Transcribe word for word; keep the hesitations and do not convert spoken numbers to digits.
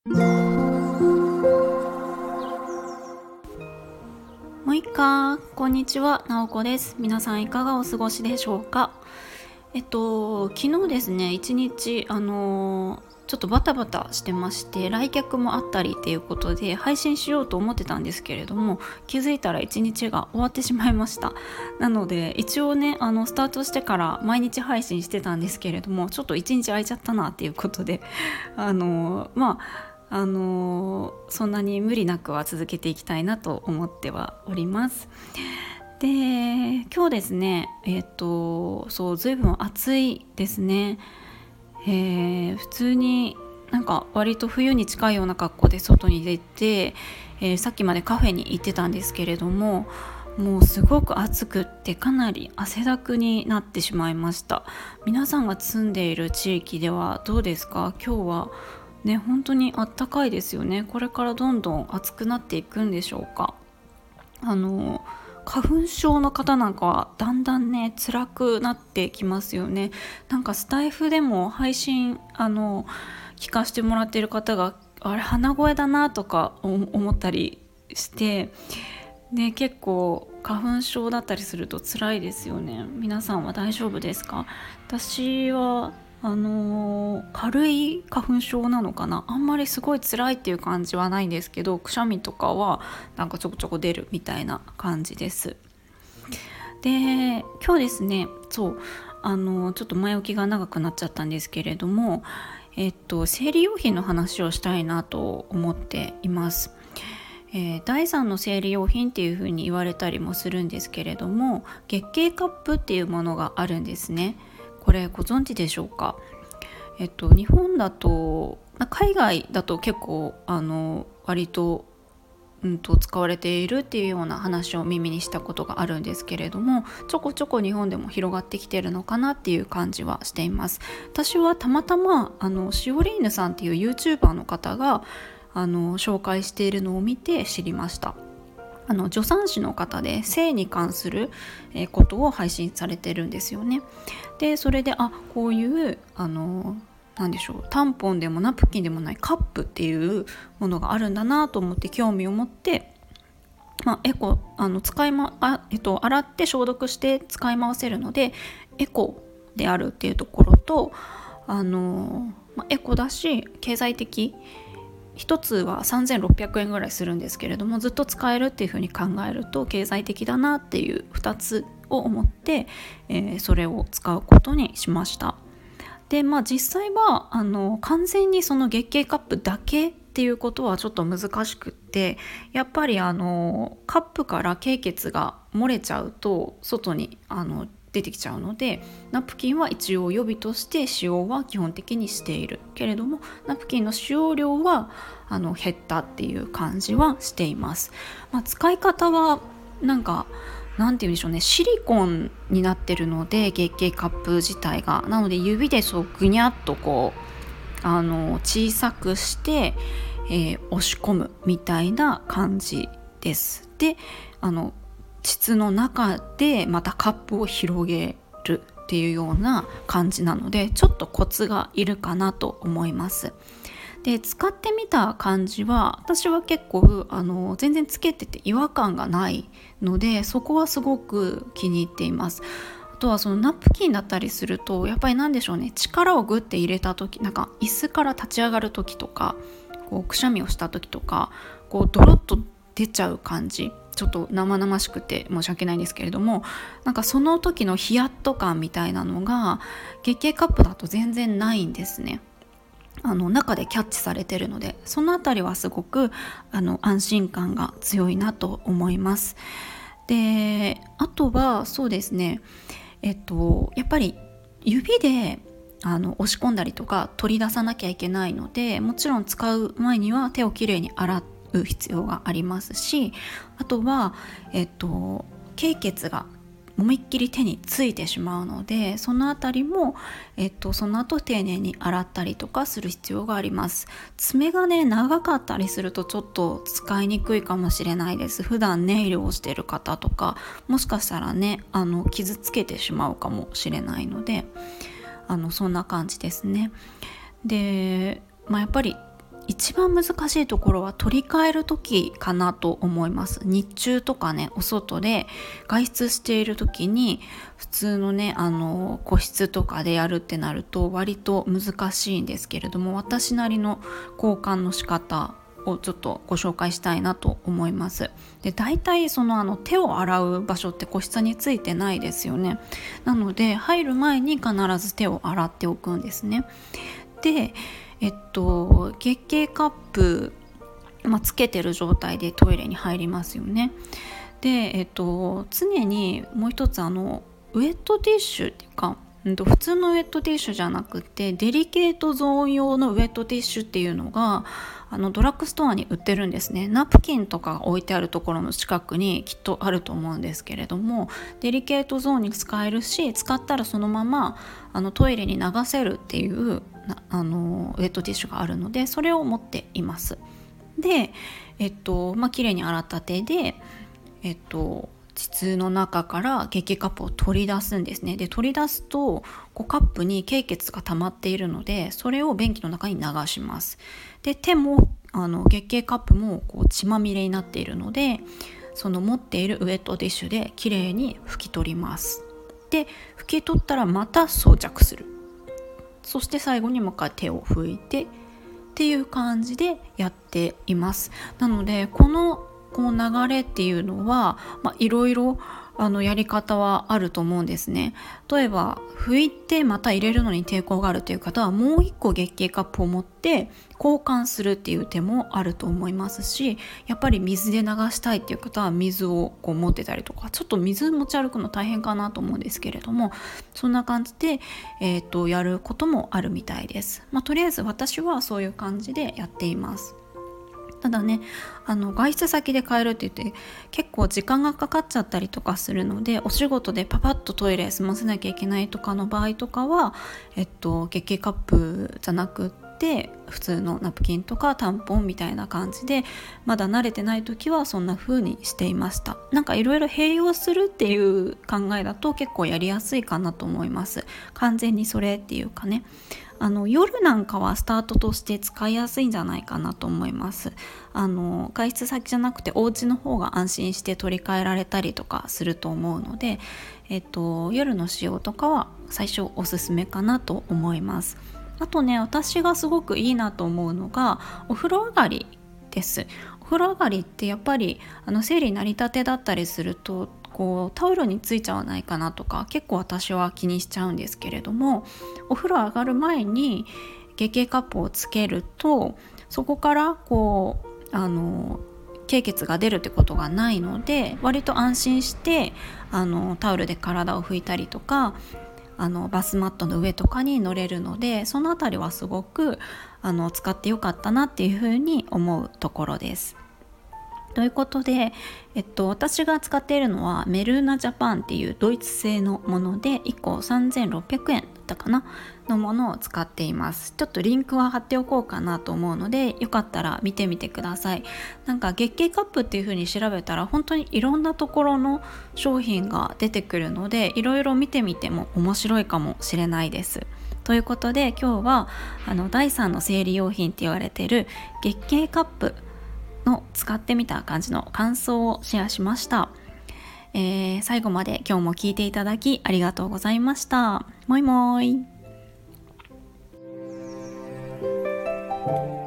もういっかこんにちは、なおこです。皆さんいかがお過ごしでしょうか。えっと昨日ですね、一日あのーちょっとバタバタしてまして、来客もあったりっていうことで配信しようと思ってたんですけれども、気づいたら一日が終わってしまいました。なので一応ね、あのスタートしてから毎日配信してたんですけれども、ちょっと一日空いちゃったなっていうことであのーまああのーそんなに無理なくは続けていきたいなと思ってはおります。で、今日ですね、えっとそうずいぶん暑いですね。えー普通になんか割と冬に近いような格好で外に出て、えーさっきまでカフェに行ってたんですけれども、もうすごく暑くってかなり汗だくになってしまいました。皆さんが住んでいる地域ではどうですか？今日はね、本当にあったかいですよね。これからどんどん暑くなっていくんでしょうか。あの花粉症の方なんかはだんだんね辛くなってきますよね。なんかスタイフでも配信あの聞かせてもらっている方が、あれ鼻声だなとか思ったりして、で結構花粉症だったりすると辛いですよね。皆さんは大丈夫ですか？私はあのー軽い花粉症なのかな。あんまりすごい辛いっていう感じはないんですけど、くしゃみとかはなんかちょこちょこ出るみたいな感じです。で、今日ですね、そうあのーちょっと前置きが長くなっちゃったんですけれども、えっと生理用品の話をしたいなと思っています。えー、だいさんの生理用品っていう風に言われたりもするんですけれども、月経カップっていうものがあるんですね。これご存知でしょうか？えっと日本だと、海外だと結構あの割と、うん、と使われているっていうような話を耳にしたことがあるんですけれども、ちょこちょこ日本でも広がってきてるのかなっていう感じはしています。私はたまたまあのしおりーぬさんっていう YouTuber の方があの紹介しているのを見て知りました。あの助産師の方で性に関することを配信されてるんですよね。でそれで、あ、こういうあのなんでしょう、タンポンでもナプキンでもないカップっていうものがあるんだなと思って興味を持って、まあ、エコあの使い、まあえっと、洗って消毒して使い回せるのでエコであるっていうところと、あの、まあ、エコだし経済的、一つはさんぜんろっぴゃくえんぐらいするんですけれども、ずっと使えるっていう風に考えると経済的だなっていうふたつを思って、えー、それを使うことにしました。で、まあ実際はあの完全にその月経カップだけっていうことはちょっと難しくって、やっぱりあのカップから経血が漏れちゃうと外にあの出てきちゃうので、ナプキンは一応予備として使用は基本的にしているけれども、ナプキンの使用量はあの減ったっていう感じはしています。まあ、使い方はなんかなんて言うんでしょうね、シリコンになってるので月経カップ自体が、なので指でそうぐにゃっとこうあの小さくして、えー、押し込むみたいな感じです。で、あの膣の中でまたカップを広げるっていうような感じなので、ちょっとコツがいるかなと思います。で、使ってみた感じは私は結構あの全然つけてて違和感がないので、そこはすごく気に入っています。あとはそのナプキンだったりすると、やっぱりなんでしょうね、力をグッて入れた時、なんか椅子から立ち上がる時とか、こうくしゃみをした時とか、こうドロッと出ちゃう感じ、ちょっと生々しくて申し訳ないんですけれども、なんかその時のヒヤッと感みたいなのが月経カップだと全然ないんですね。あの中でキャッチされてるので、そのあたりはすごくあの安心感が強いなと思います。で、あとはそうですね、えっとやっぱり指であの押し込んだりとか取り出さなきゃいけないので、もちろん使う前には手をきれいに洗う必要がありますし、あとは、えっと、経血が思いっきり手についてしまうので、そのあたりも、えっと、その後丁寧に洗ったりとかする必要があります。爪がね長かったりするとちょっと使いにくいかもしれないです。普段ネイルをしている方とか、もしかしたらねあの傷つけてしまうかもしれないので、あのそんな感じですね。で、まあ、やっぱり一番難しいところは取り替える時かなと思います。日中とかね、お外で外出している時に普通のねあの個室とかでやるってなると割と難しいんですけれども、私なりの交換の仕方をちょっとご紹介したいなと思います。で、大体そのあの手を洗う場所って個室についてないですよね。なので入る前に必ず手を洗っておくんですね。でえっと月経カップ、まあ、つけてる状態でトイレに入りますよね。で、えっと、常にもう一つあのウェットティッシュっていうか、うん、と普通のウェットティッシュじゃなくてデリケートゾーン用のウェットティッシュっていうのがあのドラッグストアに売ってるんですね。ナプキンとかが置いてあるところの近くにきっとあると思うんですけれども、デリケートゾーンに使えるし、使ったらそのままあのトイレに流せるっていうあのウェットティッシュがあるので、それを持っています。で、えっとまあ綺麗に洗った手でえっと膣の中から月経カップを取り出すんですね。で、取り出すとこうカップに経血が溜まっているので、それを便器の中に流します。で、手もあの月経カップもこう血まみれになっているので、その持っているウェットティッシュできれいに拭き取ります。で、拭き取ったらまた装着する。そして最後にもう一回手を拭いてっていう感じでやっています。なのでこのこう流れっていうのは、まあ、いろいろあのやり方はあると思うんですね。例えば拭いてまた入れるのに抵抗があるという方はもう一個月経カップを持って交換するっていう手もあると思いますし、やっぱり水で流したいっていう方は水をこう持ってたりとか、ちょっと水持ち歩くの大変かなと思うんですけれども、そんな感じで、えーと、やることもあるみたいです。まあ、とりあえず私はそういう感じでやっています。ただね、あの外出先で買えるって言って結構時間がかかっちゃったりとかするので、お仕事でパパッとトイレ済ませなきゃいけないとかの場合とかは、えっと、月経カップじゃなくって普通のナプキンとかタンポンみたいな感じで、まだ慣れてない時はそんな風にしていました。なんかいろいろ併用するっていう考えだと結構やりやすいかなと思います。完全にそれっていうかね、あの夜なんかはスタートとして使いやすいんじゃないかなと思います。あの外出先じゃなくてお家の方が安心して取り替えられたりとかすると思うので、えっと、夜の使用とかは最初おすすめかなと思います。あとね、私がすごくいいなと思うのがお風呂上がりです。お風呂上がりってやっぱりあの生理なり立てだったりするとこうタオルについちゃわないかなとか結構私は気にしちゃうんですけれども、お風呂上がる前に月経カップをつけるとそこからこうあの経血が出るってことがないので、割と安心してあのタオルで体を拭いたりとかあのバスマットの上とかに乗れるので、そのあたりはすごくあの使ってよかったなっていうふうに思うところです。ということで、えっと、私が使っているのはメルーナジャパンっていうドイツ製のものでいっこさんぜんろっぴゃくえんだったかなのものを使っています。ちょっとリンクは貼っておこうかなと思うので、よかったら見てみてください。なんか月経カップっていう風に調べたら本当にいろんなところの商品が出てくるので、いろいろ見てみても面白いかもしれないです。ということで今日はあのだいさんの生理用品って言われている月経カップの使ってみた感じの感想をシェアしました。えー、最後まで今日も聞いていただきありがとうございました。もいもーい。